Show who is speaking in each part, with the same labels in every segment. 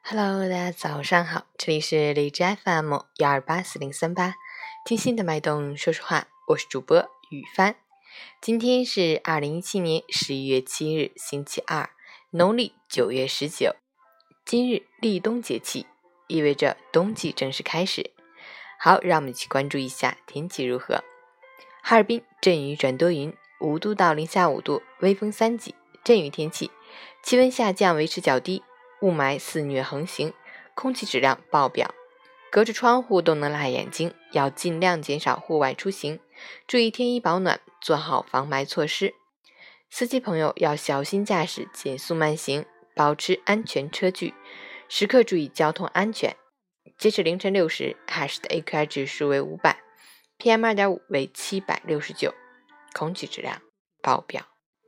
Speaker 1: Hello， 大家早上好，这里是荔枝 FM1284038，听心的脉动说实话，我是主播雨帆。今天是2017年11月7日，星期二，农历9月19。今日立冬节气，意味着冬季正式开始。好，让我们一起关注一下天气如何。哈尔滨阵雨转多云，5度到零下5度，微风3级，阵雨天气，气温下降维持较低，雾霾肆虐横行，空气质量爆表，隔着窗户都能辣眼睛，要尽量减少户外出行，注意添衣保暖，做好防霾措施。司机朋友要小心驾驶，减速慢行，保持安全车距，时刻注意交通安全。截至凌晨6时，海市的 AQI 指数为500， PM2.5 为769，空气质量爆表。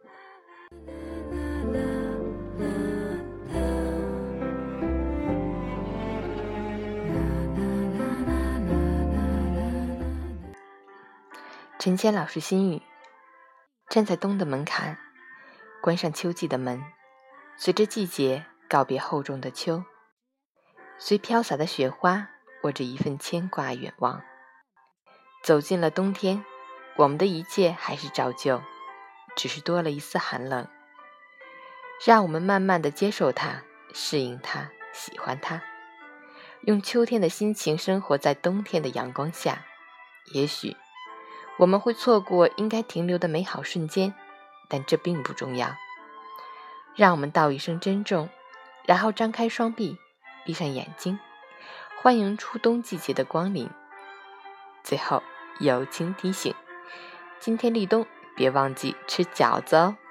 Speaker 1: 陈谦老师心语：站在冬的门槛，关上秋季的门，随着季节告别厚重的秋，随飘洒的雪花，握着一份牵挂远望。走进了冬天，我们的一切还是照旧，只是多了一丝寒冷。让我们慢慢地接受它，适应它，喜欢它，用秋天的心情生活在冬天的阳光下。也许我们会错过应该停留的美好瞬间，但这并不重要。让我们道一声珍重，然后张开双臂，闭上眼睛，欢迎初冬季节的光临。最后友情提醒，今天立冬别忘记吃饺子哦。